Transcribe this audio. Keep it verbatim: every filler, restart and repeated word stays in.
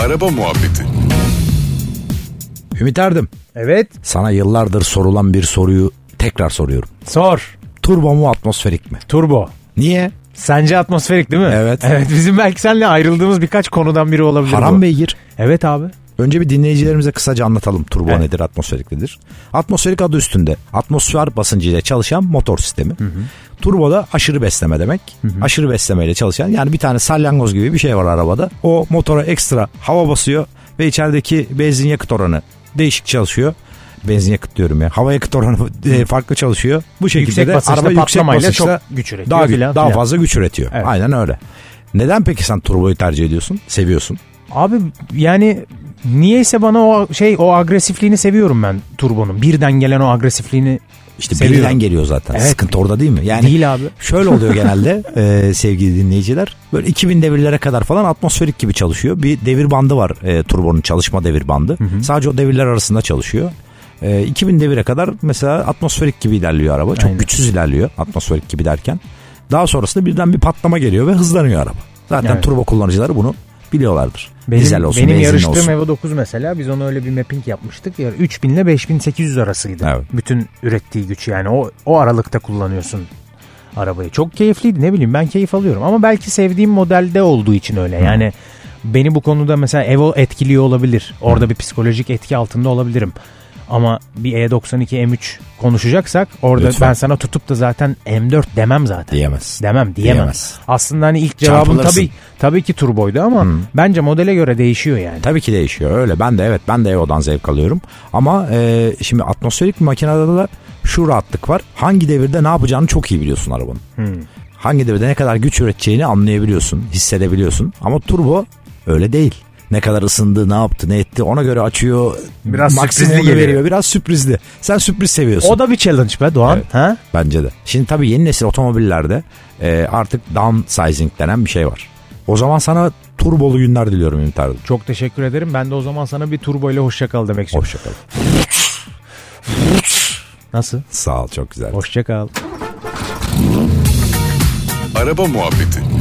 Araba Muhabbeti. Ümit Erdem. Evet. Sana yıllardır sorulan bir soruyu tekrar soruyorum. Sor. Turbo mu atmosferik mi? Turbo. Niye? Sence atmosferik değil mi? Evet. Evet, bizim belki seninle ayrıldığımız birkaç konudan biri olabilir. Haram bu. beygir. Evet abi. Önce bir dinleyicilerimize kısaca anlatalım turbo Evet. nedir, atmosferik nedir? Atmosferik adı üstünde atmosfer basıncıyla çalışan motor sistemi. Hı hı. Turbo da aşırı besleme demek. Hı hı. Aşırı beslemeyle çalışan, yani bir tane salyangoz gibi bir şey var arabada. O motora ekstra hava basıyor ve içerideki benzin yakıt oranı değişik çalışıyor. Benzin yakıt diyorum ya. Hava yakıt oranı e, farklı çalışıyor. Bu şekilde Yüksek de basınçta araba yüksek basınçta çok güç üretiyor. Daha, filan, daha filan. fazla güç üretiyor. Evet. Aynen öyle. Neden peki sen turboyu tercih ediyorsun? Seviyorsun? Abi yani niyeyse bana o şey o agresifliğini seviyorum ben turbonun. Birden gelen o agresifliğini İşte seviyorum. birden geliyor zaten. Evet. Sıkıntı orada değil mi? Yani değil abi. şöyle oluyor genelde e, sevgili dinleyiciler. Böyle iki bin devirlere kadar falan atmosferik gibi çalışıyor. Bir devir bandı var e, turbonun, çalışma devir bandı. Hı hı. Sadece o devirler arasında çalışıyor. E, iki bin devire kadar mesela atmosferik gibi ilerliyor araba. Çok Aynen. güçsüz ilerliyor atmosferik gibi derken. Daha sonrasında birden bir patlama geliyor ve hızlanıyor araba. Zaten Evet. turbo kullanıcıları bunu biliyorlardır. Benim, Dizel olsun, benim benzinli yarıştığım olsun. Evo dokuz mesela, biz onu öyle bir mapping yapmıştık. Ya üç bin ile beş bin sekiz yüz arasıydı. Evet. Bütün ürettiği güç, yani o o aralıkta kullanıyorsun arabayı. Çok keyifliydi, ne bileyim, ben keyif alıyorum. Ama belki sevdiğim modelde olduğu için öyle. Hmm. Yani beni bu konuda mesela Evo etkiliyor olabilir. Orada hmm. bir psikolojik etki altında olabilirim. Ama bir E doksan iki M üç konuşacaksak orada Lütfen. ben sana tutup da zaten M dört demem zaten. Diyemez. Demem, diyemem. Diyemez. Aslında hani ilk cevabım tabii tabii ki turboydu ama hmm. bence modele göre değişiyor yani. Tabii ki değişiyor öyle. Ben de evet ben de Evo'dan zevk alıyorum. Ama e, şimdi atmosferik bir makinede de şu rahatlık var. Hangi devirde ne yapacağını çok iyi biliyorsun arabanın. Hmm. Hangi devirde ne kadar güç üreteceğini anlayabiliyorsun, hissedebiliyorsun. Ama turbo öyle değil. Ne kadar ısındı, ne yaptı, ne etti, ona göre açıyor. Biraz sürprizli veriyor. Biraz sürprizli. Sen sürpriz seviyorsun. O da bir challenge be Doğan. Evet, ha? Bence de. Şimdi tabii yeni nesil otomobillerde e, artık downsizing denen bir şey var. O zaman sana turbolu günler diliyorum Ümit Erdem. Çok teşekkür ederim. Ben de o zaman sana bir turbo ile hoşça kal demek istiyorum. Hoşça kal. Nasıl? Sağ ol, çok güzel. Hoşça kal. Araba Muhabbeti.